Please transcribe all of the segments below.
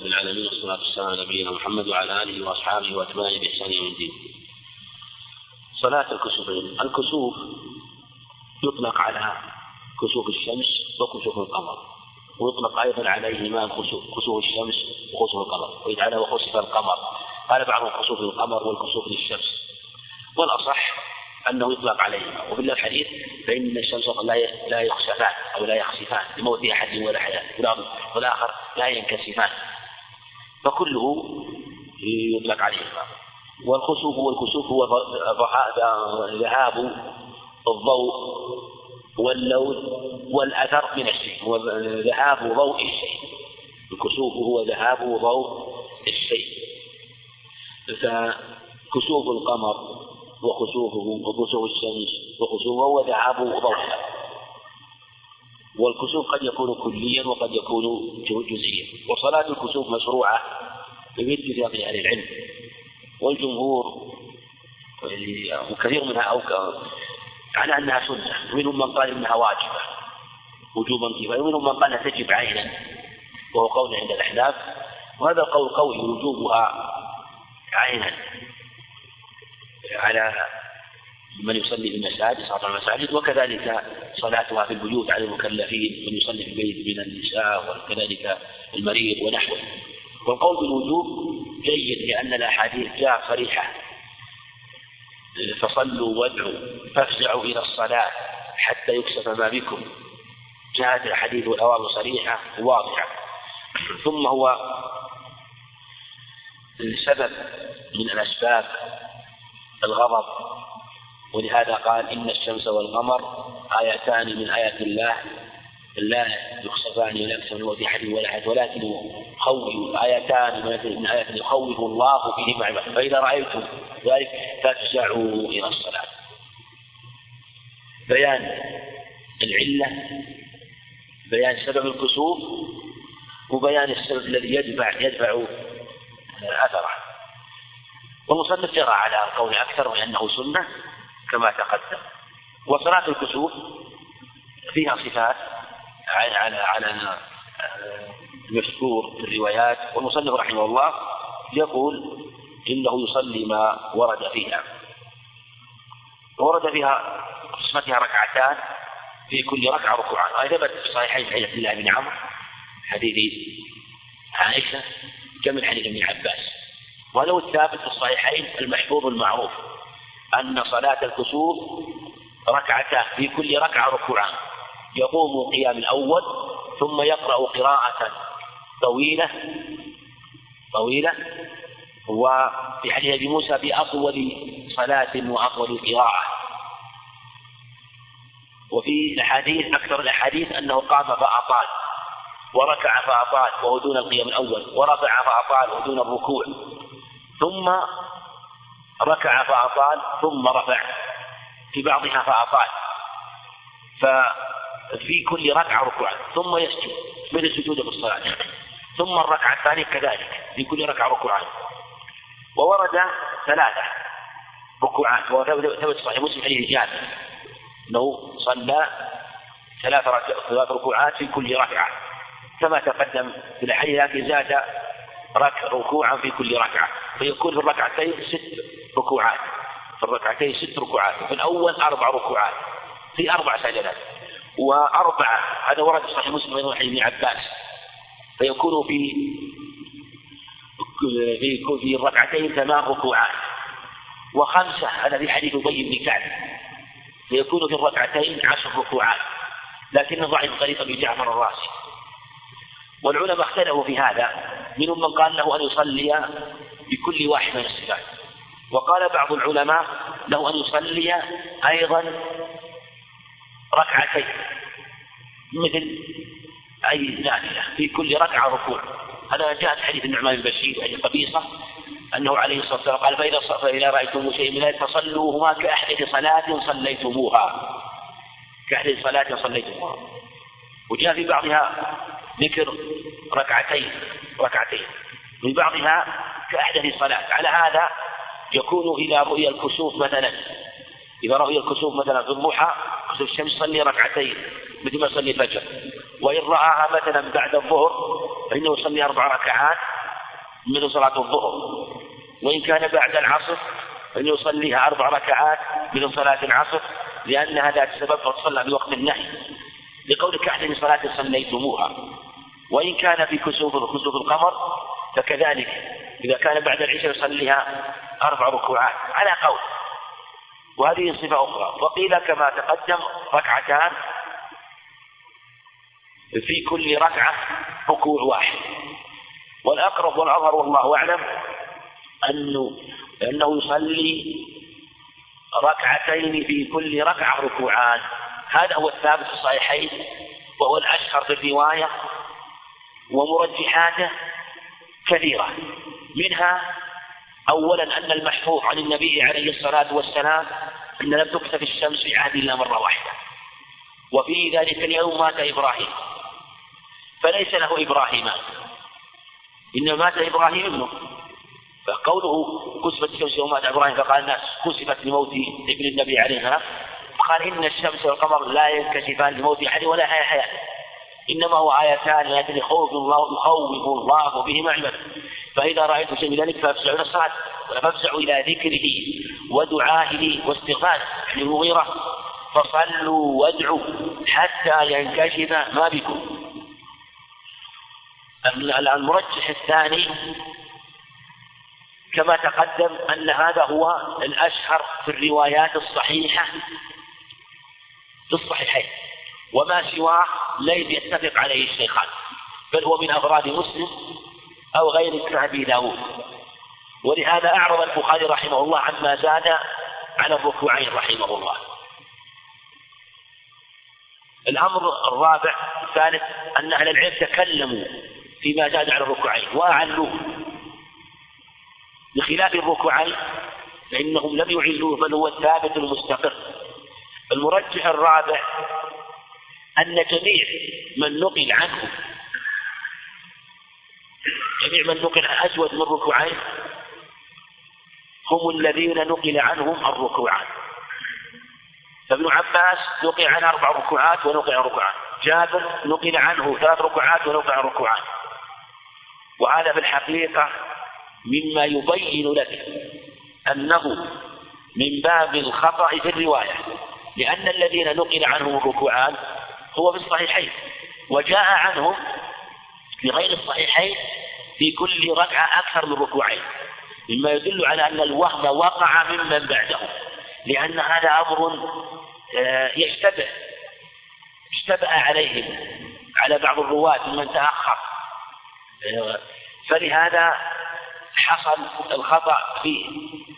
رب العالمين، والصلاة والسلام على نبينا محمد وعلى آله وأصحابه وأتباعه بإحسان يوم الدين. صلاة الكسوفين. الكسوف يطلق على كسوف الشمس وكسوف القمر، ويطلق أيضا عليهما كسوف الشمس وكسوف القمر، ويدعى وخسف القمر. قال بعضهم كسوف القمر والكسوف للشمس، والأصح أنه يطلق عليهما. وفي الحديث فإن الشمس لا يخسفان أو لا يخسفان لموت أحد ولا حياة، والآخر لا ينكسفان، فكله يطلق عليهما. والكسوف هو ذهاب الضوء واللون والأثر من الشيء، وذهاب ضوء الشيء. الكسوف هو ذهاب ضوء الشيء. فكسوف القمر وكسوف الشمس وكسوفه هو ذهاب ضوءها. والكسوف قد يكون كليا وقد يكون جزئيا. وصلاة الكسوف مشروعة باتفاق أهل العلم، والجمهور وكثير منها على أنها سنة، ومنهم من قال إنها واجبة وجوبا كفاية، ومنهم من قال أنها تجب عينا، وهو قول عند الأحناف، وهذا القول قوي وجوبها عينا على من يصلي في المساجد صلاة المساجد، وكذلك صلاتها في البيوت على المكلفين من يصلي في البيت من النساء وكذلك المريض ونحوه. والقول بالوجوب جيد لأن الأحاديث جاء صريحة: فصلوا وادعوا فافزعوا إلى الصلاة حتى يكشف ما بكم. جاءت الحديث والأوامر صريحة واضحة. ثم هو سبب من الأسباب الغضب، ولهذا قال: إن الشمس والقمر آيتان من آيات الله لا يخسفان ولا يكسفان لموت أحد ولا حياة، ولكن آيتان من آيات يخوف الله بهما عباده، فإذا رأيتم ذلك فافزعوا إلى الصلاة. بيان العلة، بيان سبب الكسوف، وبيان السبب الذي يدفع أثره. والمصنف جرى على القول أكثر لأنه سنة كما تقدم. وصلاة الكسوف فيها صفات على المذكور في الروايات، والمصنف رحمه الله يقول إنه يصلي ما ورد فيها. ورد فيها قسمتها ركعتان في كل ركعة ركوعان. ثبت في الصحيحين عن عبد الله بن عمرو حديث عائشة كما حديث ابن عباس. ولو الثابت في الصحيحين المحفوظ المعروف أن صلاة الكسوف ركعتان في كل ركعة ركوعان، يقوم قيام الأول ثم يقرأ قراءة طويلة، وفي حديث أبي موسى بأطول صلاة وأطول قراءة. وفي الحديث أكثر الأحاديث أنه قام فأطال وركع فأطال وهو دون القيام الأول، ورفع فأطال وهو دون الركوع، ثم ركع فأطال ثم رفع في بعضها فأطال، ففي كل ركعة ركوع ثم يسجد من السجود في الصلاة، ثم الركعة الثانية كذلك في كل ركعة ركوعان. وورد 3 ركوعات، وثبت صحيح مسلم حديث جابر أنه صلى 3 ركوعات في كل ركعة كما تقدم في الحديث، لكن زاد ركوعا في كل ركعة، فيكون في الركعتين 6 ركوعات، في الركعتين 6 ركوعات، وفي الأول 4 ركوعات في 4 سجدات و4. هذا ورد في صحيح مسلم من حديث ابن عباس، فيكون في الركعتين 8 ركوعات و5. هذا في حديث أبي بن كعب، فيكون في الركعتين 10 ركوعات، لكن ضعيف طريق أبي جعفر الراسي. والعلماء اختلفوا في هذا، منهم من قال له أن يصلي بكل واحد من الصفات، وقال بعض العلماء له أن يصلي أيضا ركعتين مثل أي نافلة في كل ركعة ركوع. هذا جاء حديث النعمان بن بشير وحديث قبيصة أنه عليه الصلاة والسلام قال: فإذا رأيتم شيء من ذلك فصلوهما كأحدث صلاة صليتموها. وجاء في بعضها ذكر ركعتين من بعضها كأحدث صلاة. على هذا يكون إذا رؤي الكسوف مثلا في الضحى كسوف الشمس صلي ركعتين مثل ما صلي الفجر، وإن رآها مثلا بعد الظهر فإنه يصلي 4 ركعات مثل صلاة الظهر، وإن كان بعد العصر أن يصليها 4 ركعات مثل صلاة العصر لأنها ذات سبب فتصلى بوقت النهي، لقولك أحد صلاة صليتموها. وإن كان في كسوف القمر فكذلك إذا كان بعد العشاء يصليها 4 ركوعات على قول، وهذه صفة أخرى. وقيل كما تقدم 2 ركعتان في كل ركعة ركوع واحد. والأقرب والأظهر والله أعلم أنه يصلي 2 ركعتين في كل ركعة ركوعان، هذا هو الثابت في الصحيحين وهو الأشهر في الرواية، ومرجحاته كثيرة. منها أولا أن المحفوظ عن النبي عليه الصلاة والسلام أن لم تكسف الشمس في عهد إلا مرة واحدة، وفي ذلك اليوم مات إبراهيم، فليس له إبراهيمان، إنما مات إبراهيم ابنه. فقوله كسفت الشمس يوم مات إبراهيم فقال الناس كسفت لموت ابن النبي عليه السلام، قال إن الشمس والقمر لا ينكشفان لموت أحد ولا حياته، إنما هو آيتان التي يخوف الله بهما عباده، فإذا رأيت شيء من ذلك فافزعوا إلى الصلاة فافزعوا إلى ذكره ودعائه واستغفاره للمغيرة، فصلوا وادعوا حتى ينكشف ما بكم. المرجح الثاني كما تقدم أن هذا هو الأشهر في الروايات الصحيحة في الصحيحين، وما سواه ليس يتفق عليه الشيخان، بل هو من أفراد مسلم أو غير كأبي داود. ولهذا أعرض البخاري رحمه الله عما زاد على الركوعين رحمه الله. الأمر الرابع الثالث أن أهل العلم تكلموا فيما زاد على الركوعين وأعلوه، بخلاف الركوعين فإنهم لم يعلوه بل هو الثابت المستقر. المرجح الرابع أن جميع من نقل عنه أسود من ركوعين هم الذين نقل عنهم الركوعان. فابن عباس نقل عنه 4 ركوعات ونقل عن ركوعان، جابر نقل عنه 3 ركوعات ونقل عن ركوعان. وهذا في الحقيقة مما يبين لك أنه من باب الخطأ في الرواية، لأن الذين نقل عنهم الركوعان هو في الصحيحين، وجاء عنهم في غير الصحيحين في كل ركعة أكثر من ركوعين، مما يدل على أن الوهم وقع ممن بعدهم، لأن هذا أمر اشتبه عليهم على بعض الرواة ممن تأخر، فلهذا حصل الخطأ فيه.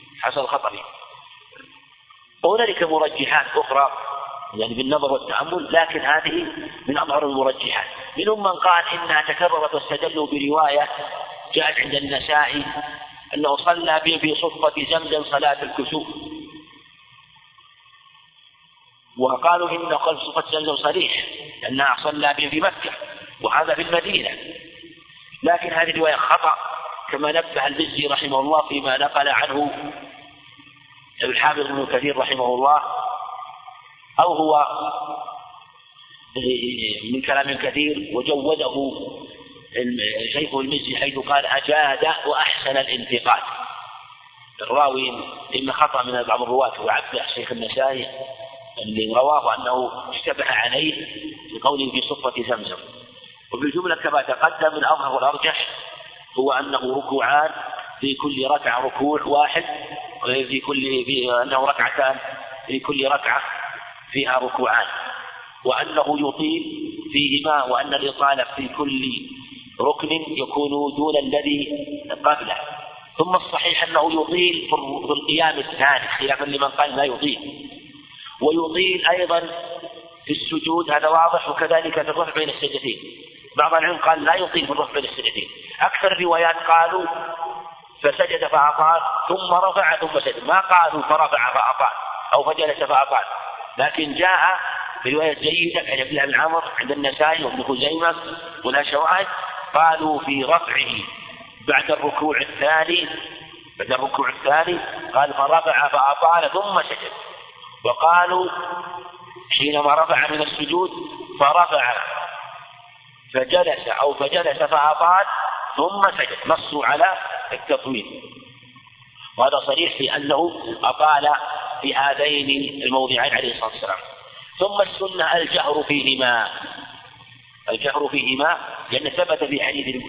وهنالك مرجحات أخرى يعني بالنظر والتأمل، لكن هذه من أظهر المرجحات. منهم من قال إنها تكررت واستدلوا برواية جاءت عند النسائي أنه صلى به في صفة زمزم صلاة الكسوف، وقالوا إن قال صفة زمزم صريح أنها صلى به في مكة وهذا في المدينة، لكن هذه الرواية خطأ كما نبه المزي رحمه الله فيما نقل عنه الحافظ ابن كثير رحمه الله، أو هو من كلام كثير وجوده شيخ المزي حيث قال أجاد وأحسن الانتقاد. الراوي إن خطأ من بعض الرواة وعبده شيخ النسائي اللي رواه أنه اشتبه عليه بقوله في صفة زمزم. وبالجملة كما تقدم من أظهر والأرجح هو أنه ركوعان في كل ركعة ركوع واحد، أنه ركعتان في كل ركعة فيها ركوعان، وأنه يطيل فيهما، وأن الإطالة في كل ركن يكون دون الذي قبله. ثم الصحيح أنه يطيل في القيام الثاني خلافا لمن قال لا يطيل، ويطيل أيضا في السجود، هذا واضح، وكذلك في الرفع بين السجدتين. بعض العلم قال لا يطيل في الرفع بين السجدتين، أكثر الروايات قالوا فسجد فأطال ثم رفع ثم سجد، ما قالوا فرفع فأطال أو فجلس فأطال. لكن جاء في رواية جيدة عن عبد الله بن عمرو عند النسائي وابن خزيمة ولا شواهد قالوا في رفعه بعد الركوع الثاني قال فرفع فأطال ثم سجد، وقالوا حينما رفع من السجود فرفع فجلس أو فجلس فأطال ثم سجد، نصوا على التطويل، وهذا صريح في أنه أطال في هذين الموضعين عليه الصلاة والسلام. ثم السنة الجهر فيهما لأن ثبت في حديث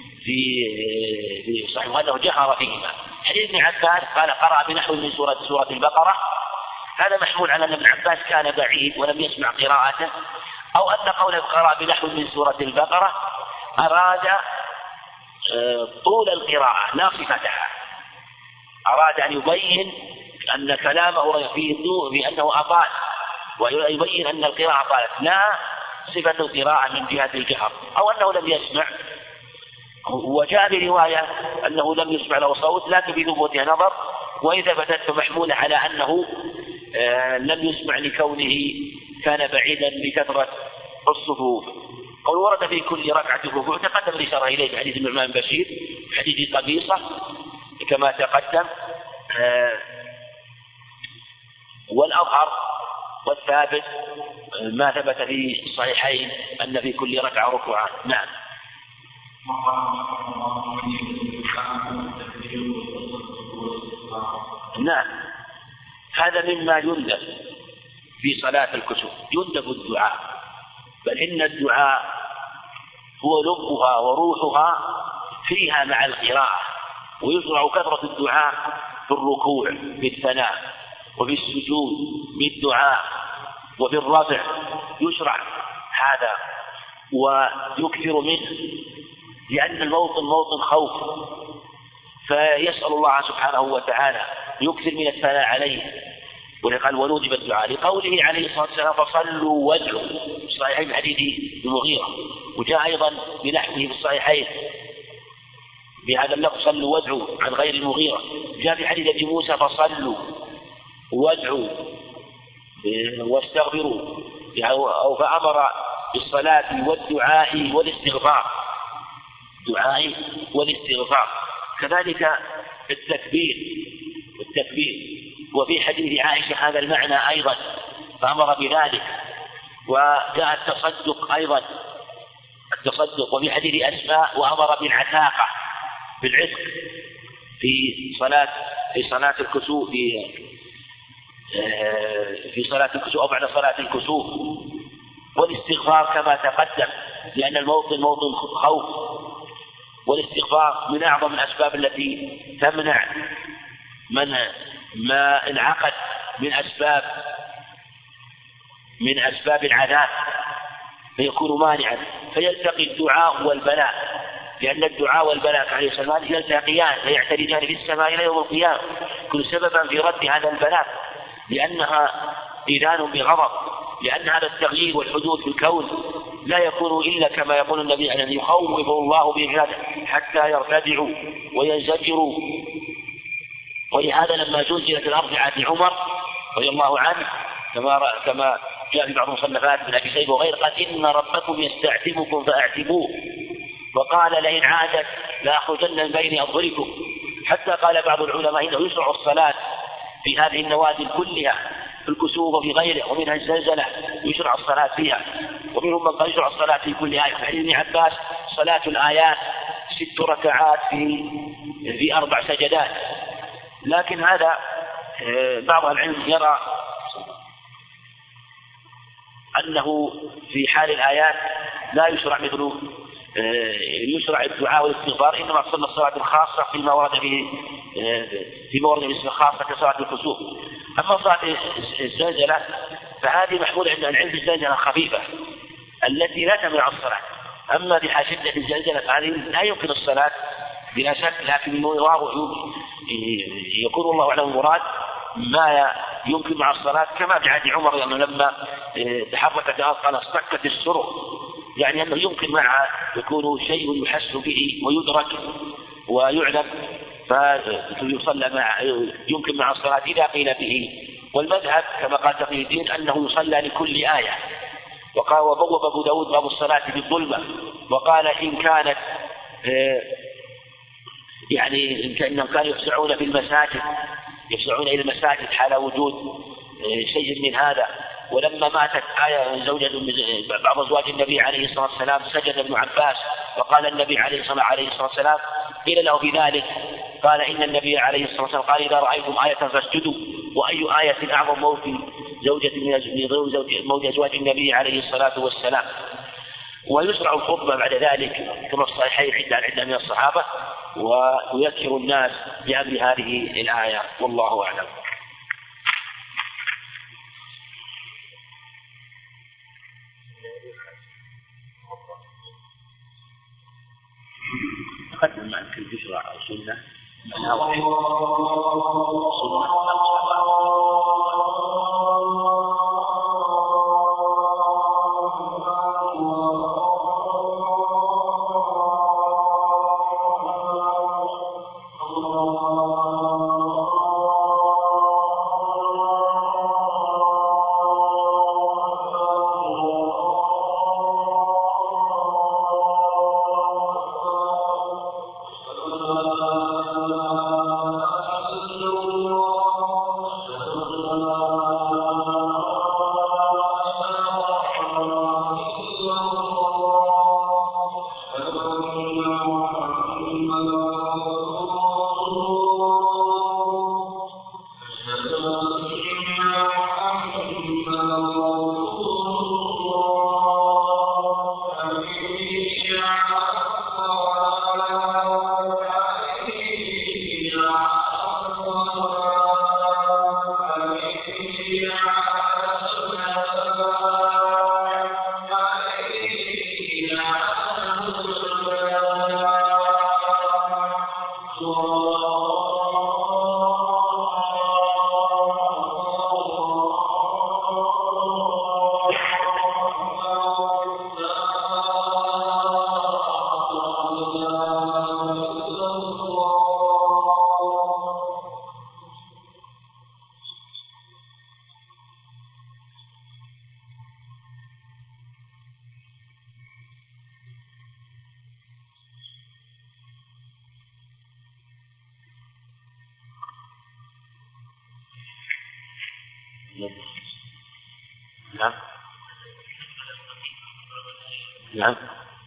في صحيح أنه جهر فيهما. حديث ابن عباس قال قرأ بنحو من سورة البقرة، هذا محمول على أن ابن عباس كان بعيد ولم يسمع قراءته، أو أن قوله قرأ بنحو من سورة البقرة أراد طول القراءة لا صفتها، أراد أن يبين أن كلامه فيه بأنه أطال، ويبين أن القراءة طالت لا صفة القراءة من جهة الجهر، أو أنه لم يسمع. وجاء برواية أنه لم يسمع له صوت لكن بثبوتها نظر، وإذا ثبتت فمحمولة على أنه لم يسمع لكونه كان بعيدا بكثرة الصفوف. قول ورد في كل ركعة ركوع تقدم الإشارة إليه في حديث النعمان بن بشير في حديث قبيصة كما تقدم. والأظهر والثابت ما ثبت في الصحيحين أن في كل ركعة ركوعان. نعم. نعم، هذا مما يندب في صلاة الكسوف، يندب الدعاء، بل إن الدعاء هو لبها وروحها فيها مع القراءة، ويشرع كثرة الدعاء في الركوع بالثناء، وفي السجود بالدعاء، وفي الرفع يشرع هذا ويكثر منه، لأن الموطن موطن خوف، فيسأل الله سبحانه وتعالى يكثر من الثناء عليه. ولقال ونودب الدعاء لقوله عليه الصلاة والسلام فصلوا وادعوا في الصحيحين حديث المغيرة، وجاء أيضا بنحوه في الصحيحين بهذا اللفظ صلوا وادعوا عن غير المغيرة. جاء في حديث أبي موسى فصلوا وادعوا واستغفروا، أو فأمر بالصلاة والدعاء والاستغفار، الدعاء والاستغفار. كذلك التكبير، وفي حديث عائشة هذا المعنى أيضا فأمر بذلك. وجاء التصدق أيضا، التصدق، وفي حديث أسماء وأمر بالعتاقة بالعتق في صلاة الكسوف في صلاة الكسوف أو بعد صلاة الكسوف. والاستغفار كما تقدم لأن الموطن موطن خوف، والاستغفار من أعظم الأسباب التي تمنع ما انعقد من أسباب العذاب فيكون مانعا، فيلتقي الدعاء والبلاء، لأن الدعاء والبلاء عليه السلام يلتقيان فيعترجان في السماء إلى يوم القيامة، كل سببا في رد هذا البلاء، لأنها إذان بغضب، لأن هذا التغيير والحدوث في الكون لا يكون إلا كما يقول النبي أن يخوف الله بعباده حتى يرتدعوا وينزجروا. ولهذا لما زلزلت الأرض عهد عمر رضي الله عنه كما جاء في بعض المصنفات من أبي شيبة وغيره قال إن ربكم يستعتبكم فأعتبوه، وقال لئن عادت لأخرجن من بين أظهركم، حتى قال بعض العلماء إنه يشرع الصلاة في هذه النوازل كلها في الكسوف وفي غيره، ومنها الزلزلة يشرع الصلاة فيها، ومنهم من قال يشرع الصلاة في كل آية. في حديث ابن عباس صلاة الآيات 6 ركعات في 4 سجدات. لكن هذا بعض العلم يرى أنه في حال الآيات لا يشرع مثل يشرع الدعاء والاستغفار، إنما تصلى الصلاة الخاصة فيما ورد في مورد الاسم الخاصة كصلاة الكسوف. أما صلاة الزلزلة فهذه محمولة عند العلم الزلزلة الخفيفة التي لا تمنع الصلاة. أما بحاشدة الزلزلة فهذه لا يمكن الصلاة بلا شك، لكن يكون الله أعلم المراد ما يمكن مع الصلاة، كما في عهد عمر يعني لما تحركت قال اصطكت السرق، يعني أنه يمكن معها يكون شيء يحس به ويدرك ويعلم فيصلى يمكن مع الصلاة إذا قيل به. والمذهب كما قال تقي الدين أنه يصلى لكل آية. وقال وبوب أبو داود باب الصلاة بالظلمة، وقال إن كانت يعني إنهم كانوا يفزعون في المساجد، يفزعون إلى المساجد حال وجود شيء من هذا. ولما ماتت زوجة بعض أزواج النبي عليه الصلاة والسلام سجد ابن عباس وقال النبي عليه الصلاة والسلام قيل له في ذلك قال إن النبي عليه الصلاة والسلام قال إذا رأيتم آية فاسجدوا، وأي آية أعظم موت موت أزواج النبي عليه الصلاة والسلام. ويشرع الخطبة بعد ذلك كما في الصحيحين عند من الصحابة، ويذكر الناس بأمر هذه الآية، والله أعلم. تقدم مع كل تشرع سنة نعم.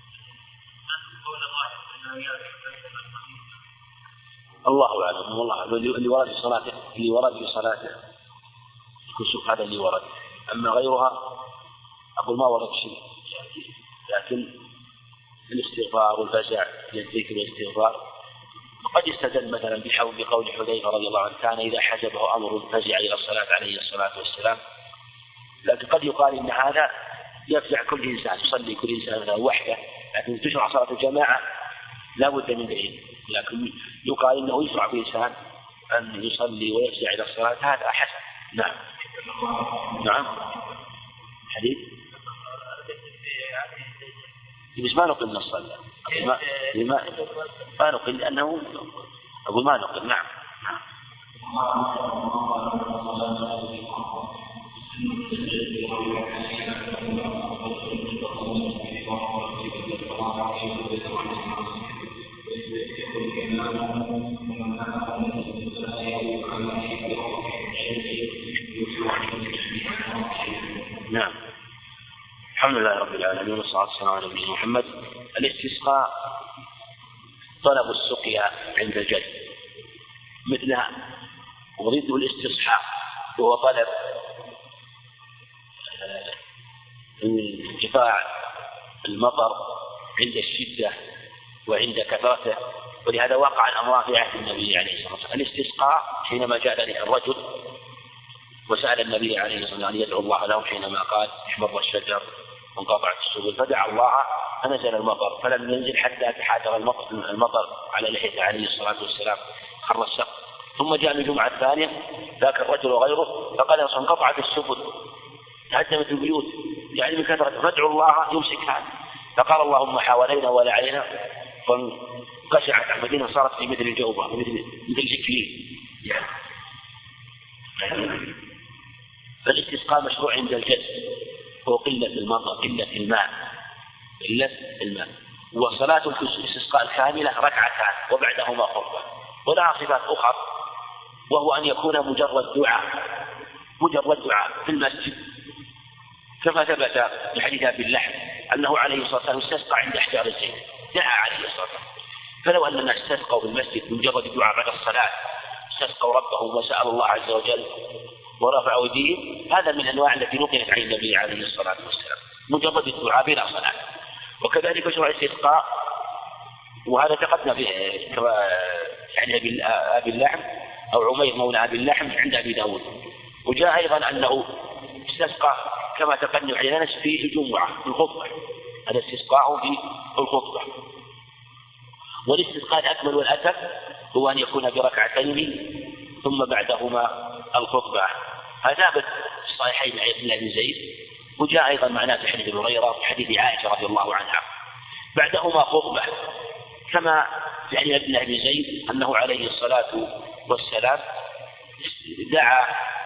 الله أعلم. والله اللي ورد في صلاته الكسوف هذا اللي ورد، أما غيرها أقول ما ورد شيء، لكن الاستغفار والفزع للذكر والاستغفار قد يستدل مثلا بقول حذيفة رضي الله عنه كان إذا حجبه أمر فزع إلى الصلاة عليه الصلاة والسلام. لكن قد يقال إن هذا يفزع كل إنسان، يصلي كل إنسان وحده، لكن تشرع صلاة الجماعة لا بد من دليل. لكن يقال إنه يشرع في إنسان أن يصلي ويفزع إلى الصلاة، هذا حسن. نعم. نعم. حديث بس ما نقل من الصلاة، ما نقل لأنه أقول ما نقل. نعم. نعم. الحمد لله رب العالمين والصلاة والسلام على نبينا محمد. الاستسقاء طلب السقيا عند الجد مثلها، وضده الاستصحاء وهو طلب انقطاع المطر عند الشدة وعند كثرته، ولهذا وقع الأمر في عهد النبي عليه الصلاة والسلام. الاستسقاء حينما جاء ذلك الرجل وسأل النبي عليه الصلاة والسلام أن يدعو الله له حينما قال احمر الشجر وانقطعت السبل، فدعا الله فنزل المطر، فلم ينزل حتى تحاتر المطر على لحيته عليه الصلاة والسلام، خر السقف. ثم جاء الجمعة الثانية ذاك الرجل وغيره فقال انقطعت السبل تهدمت البيوت يعني من كثرة، فادعوا الله يمسك هذا. فقال اللهم حوالينا ولا علينا، فانقشعت المدينة صارت في مثل الجوبة مثل الجكلين يعني. فالاستسقاء مشروع عند الجد، هو قلة المطر قلة الماء. وصلاة الاستسقاء الكاملة ركعتان وبعدهما خطبة، ولها صفات أخرى، وهو أن يكون مجرد دعاء في المسجد، كما ثبت في حديث أبي اللحم أنه عليه الصلاة والسلام استسقى عند أحجار الزيت، دعا عليه الصلاة والسلام. فلو أن الناس استسقوا في المسجد بمجرد الدعاء بعد الصلاة، استسقوا ربهم وسأل الله عز وجل ورفعوا أيديهم، هذا من الأنواع التي نقلت عن النبي عليه الصلاة والسلام، مجرد الدعاء بلا صلاة. وكذلك شرع الاستسقاء، وهذا تقدم به يعني أبي اللحم أو عمير مولى أبي اللحم عند أبي داود. وجاء أيضا أنه استسقى كما تقدم عن أنس في الجمعة في الخطبة، هذا استسقاء في الخطبة. والاستسقاء الأكمل والأتم هو أن يكون بركعتين ثم بعدهما الخطبة. هذا ثابت في الصحيحين عن عبد الله بن زيد، وجاء أيضا معناه في حديث أبي هريرة وفي حديث عائشة رضي الله عنها بعدهما خطبة، كما في حديث عبد الله بن زيد أنه عليه الصلاة والسلام دعا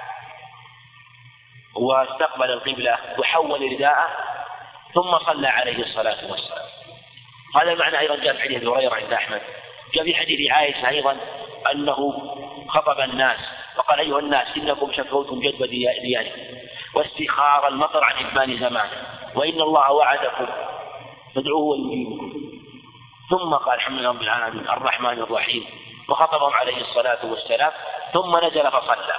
واستقبل القبلة وحول رداءه ثم صلى عليه الصلاة والسلام. هذا المعنى أيضا جاء في حديث أبي هريرة عند أحمد. جاء في حديث عائشة أيضا أنه خطب الناس وقال: أيها الناس، إنكم شكوتم جدب ديانكم واستخار المطر عن إبان زمانه، وإن الله وعدكم فادعوه ويجيبكم. ثم قال: الحمد لله رب العالمين الرحمن الرحيم، وخطبهم عليه الصلاة والسلام، ثم نزل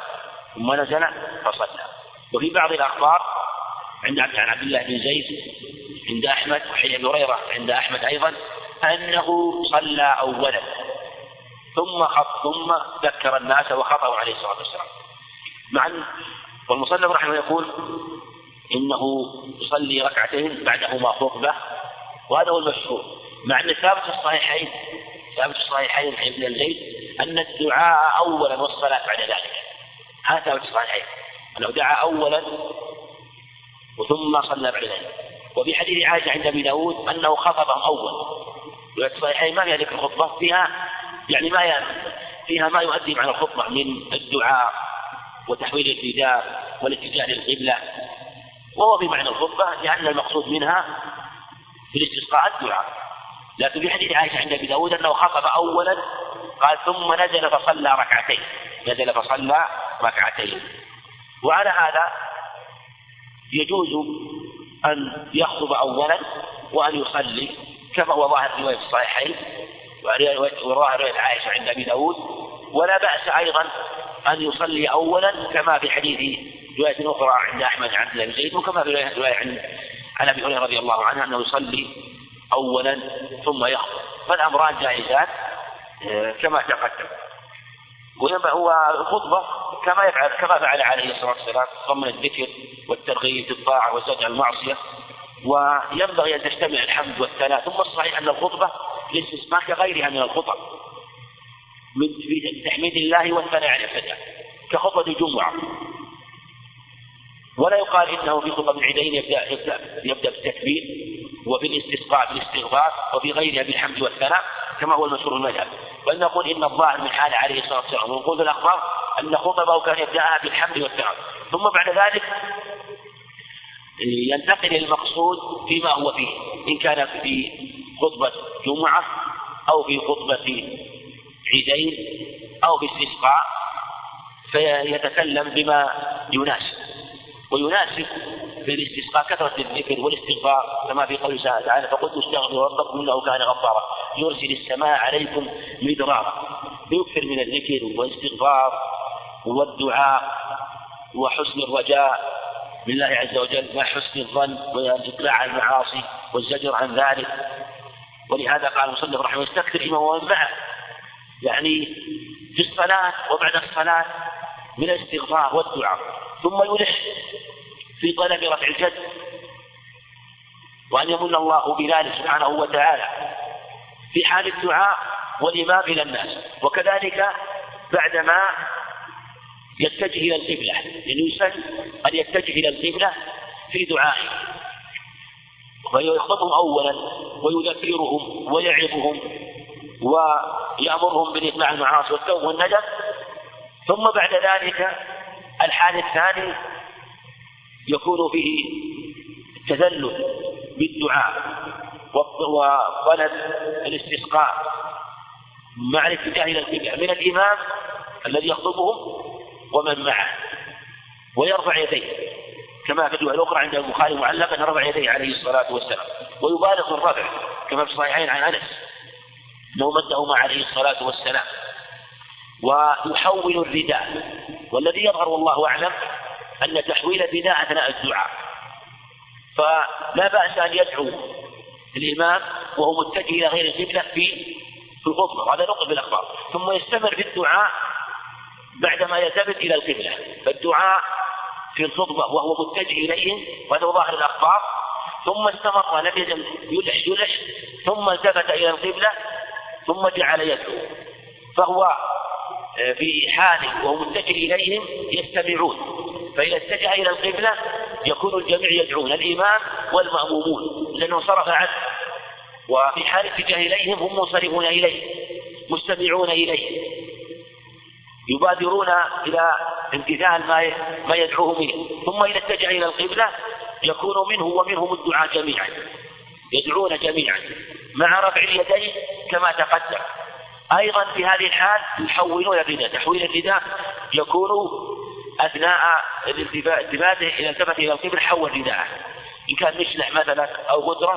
فصلى. وفي بعض الأخبار عن عبد الله بن زيد عند أحمد وحديث أبي هريرة عند أحمد أيضا أنه صلى أولا ثم ذكر الناس وخطبوا عليه الصلاة والسلام. والمصنف رحمه يقول إنه يصلي ركعتين بعدهما خطبة، وهذا هو المشهور، مع أن ثابت الصحيحين عن ابن زيد أن الدعاء أولا والصلاة بعد ذلك. هذا ثابت الصحيحين أنه دعا أولا وثم صلى بعد ذلك. وفي حديث عائشة عند أبي داود أنه خطبهم أول. الصحيحين ما فيها ذكر الخطبة، فيها ما يؤدي معنى الخطبة من الدعاء وتحويل الرداء والاتجاه للقبلة، وهو في معنى الخطبة لأن المقصود منها في الاستسقاء الدعاء. لكن في حديث عائشة عند أبي داود أنه خطب أولا، قال: ثم نزل فصلى ركعتين. وعلى هذا يجوز أن يخطب أولا وأن يصلي، كما هو ظاهر رواية الصحيحين وظاهر رواية عائشة عند أبي داود. ولا بأس أيضا أن يصلي أولا كما في حديث رواية أخرى عند أحمد عن عبد الله بن زيد، وكما في رواية عن أبي هريرة رضي الله عنه أنه يصلي أولا ثم يخطب. فالأمران جائزات كما تقدم. هو الخطبة كما فعل عليه الصلاة والسلام، ضمن الذكر والترغيب في الطاعة والزجر عن المعصية، وينبغي أن تجتمع الحمد والثناء. ثم الصحيح أن الخطبة للاستسقاء كغيرها من الخطب من تحميد الله والثناء على الفتاة كخطبة الجمعة. ولا يقال إنه في خطب العيدين يبدأ بالتكبير، وفي الاستسقاء بالاستغفار، وفي غيرها بالحمد والثناء كما هو المشهور المذهب. بل نقول إن الظاهر من حال عليه الصلاة والسلام ونقول في الأخبار أن خطبه كان يبدأها بالحمد والثناء، ثم بعد ذلك ينتقل المقصود فيما هو فيه، إن كان في خطبة جمعة أو في خطبة عيدين أو في استسقاء، فيتكلم بما يناسب. ويناسب في الاستسقاء كثرة الذكر والاستغفار، كما في قوله تعالى: فقلت استغفروا ربكم إنه كان غفارا يرسل السماء عليكم مدرارا. فيكثر من الذكر والاستغفار والدعاء وحسن الرجاء بالله عز وجل مع حسن الظن والإقلاع عن المعاصي والزجر عن ذلك. ولهذا قال المصنف رحمه الله: يستكثر إمام ومن معه، يعني في الصلاة وبعد الصلاة من الاستغفار والدعاء، ثم يلح في طلب رفع الجد وأن يمن الله بذلك سبحانه وتعالى في حال الدعاء والإمام إلى الناس. وكذلك بعدما يتجه إلى القبلة، لأنه يسن أن يتجه إلى القبلة في دعائه، ويخطبهم أولا ويذكرهم ويعظهم ويأمرهم بالإقلاع عن المعاصي والتوبة والندم. ثم بعد ذلك الحال الثاني يكون فيه التذلل بالدعاء وطلب الاستسقاء مع الاتجاه إلى القبلة من الإمام الذي يخطبهم ومن معه، ويرفع يديه كما في الرواية الأخرى عند البخاري معلقا: رفع يديه عليه الصلاة والسلام، ويبالغ في الرفع كما في الصحيحين عن أنس أنه مدهما عليه الصلاة والسلام ويحول الرداء. والذي يظهر والله أعلم أن تحويل الرداء أثناء الدعاء، فلا بأس أن يدعو الإمام وهو متجه إلى غير القبلة في الخطبة، وهذا نقل في الأخبار، ثم يستمر في الدعاء بعدما يلتفت إلى القبلة. فالدعاء في الخطبة وهو متجه إليهم وهذا ظاهر الأخبار، ثم استمر لم يزل يلح ثم التفت إلى القبلة ثم جعل يدعو. فهو في حال وهو متجه إليهم يستمعون، فإذا اتجه إلى القبلة يكون الجميع يدعون الإمام والمأمومون لأنه صرف عنه، وفي حال اتجاه إليهم هم منصرفون إليه مستمعون إليه يبادرون إلى امتثال ما يدعوه منه. ثم إذا اتجه إلى القبلة يكون منه ومنهم الدعاء جميعا، يدعون جميعا مع رفع اليدين كما تقدم. أيضا في هذه الحال يحولون الرداء، تحويل الرداء يكون أثناء التفاته إذا التفت إلى القبلة حول رداءه، إن كان مشلح مثلا أو غدرة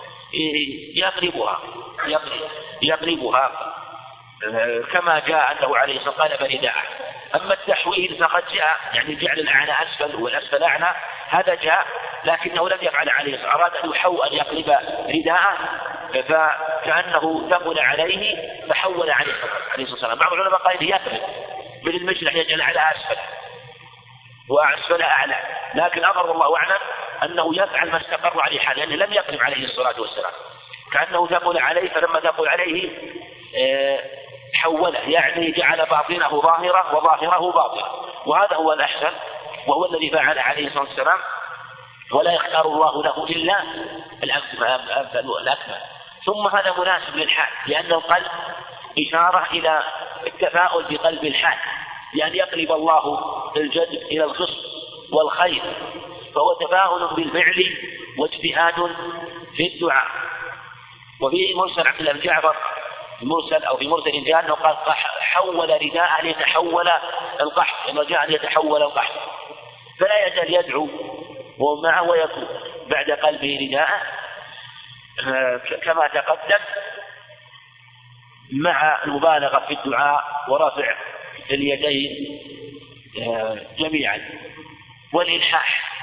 يقلبها كما جاء أنه عليه الصلاة والسلام قلب رداءه. أما التحويل فقد جاء يعني جعل الأعلى أسفل والأسفل أعلى، هذا جاء لكنه لم يفعل عليه الصلاة والسلام، أراد أن يقلب رداءه فكأنه ثقل عليه فحول عليه الصلاة والسلام. بعض العلماء قال يقلب من المشلح يجعل على أسفل وأسفل أعلى، لكن أمر الله أعلم أنه يفعل ما استقر عليه حال، لأنه لم يقلب عليه الصلاة والسلام، كأنه ثقل عليه، فلما ثقل عليه حوله، يعني جعل باطنه ظاهرة وظاهره باطنة، وهذا هو الأحسن وهو الذي فعل عليه الصلاة والسلام، ولا يختار الله له إلا الأكمل. ثم هذا مناسب للحال، لأن القلب إشارة إلى التفاؤل بقلب الحال، لأن يقلب الله الجد إلى الخصم والخير، فهو تفاؤل بالفعل واجتهاد في الدعاء. وفي مرسل عبد الله بن جعفر المرسل أو في مرسل جاء أنه قال حول رداءه ليتحول القحط، لما جاء أن يتحول القحط، فلا يزال يدعو ومعه ويكون بعد قلبه رداءه كما تقدم، مع المبالغة في الدعاء ورفع اليدين جميعا والإلحاح.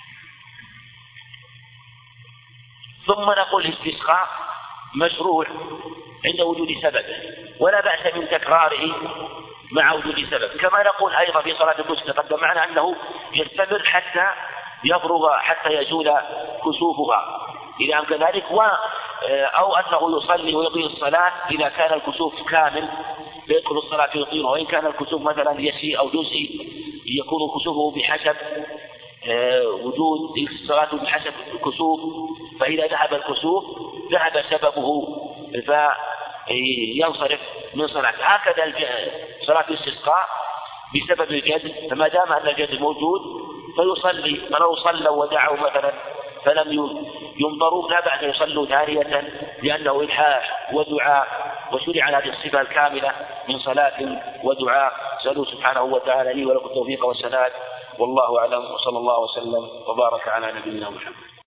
ثم نقول الاستسقاء مشروع عند وجود سبب، ولا بأس من تكراره مع وجود سبب، كما نقول أيضا في صلاة الكسوف تقدم معنا أنه يستمر حتى يفرغ حتى يزول كسوفها إذا أمكن ذلك، أو أنه يصلي ويطيل الصلاة إذا كان الكسوف كامل فيدخل الصلاة يطيله، وإن كان الكسوف مثلا يسير أو جزئي يكون كسوفه بحسب وجود الصلاة بحسب الكسوف، فإذا ذهب الكسوف ذهب سببه فينصرف من صلاته. هكذا صلاة الاستسقاء بسبب الجد، فما دام أن الجد موجود فيصلي، ولو صلوا ودعوا مثلا فلم ينظروا لا بأس يصلوا ثانية، لأنه إلحاح ودعاء، وشرع هذه الصفة الكاملة من صلاة ودعاء. سألوا سبحانه وتعالى لي ولكم التوفيق والسداد، والله أعلم، وصلى الله وسلم وبارك على نبينا محمد.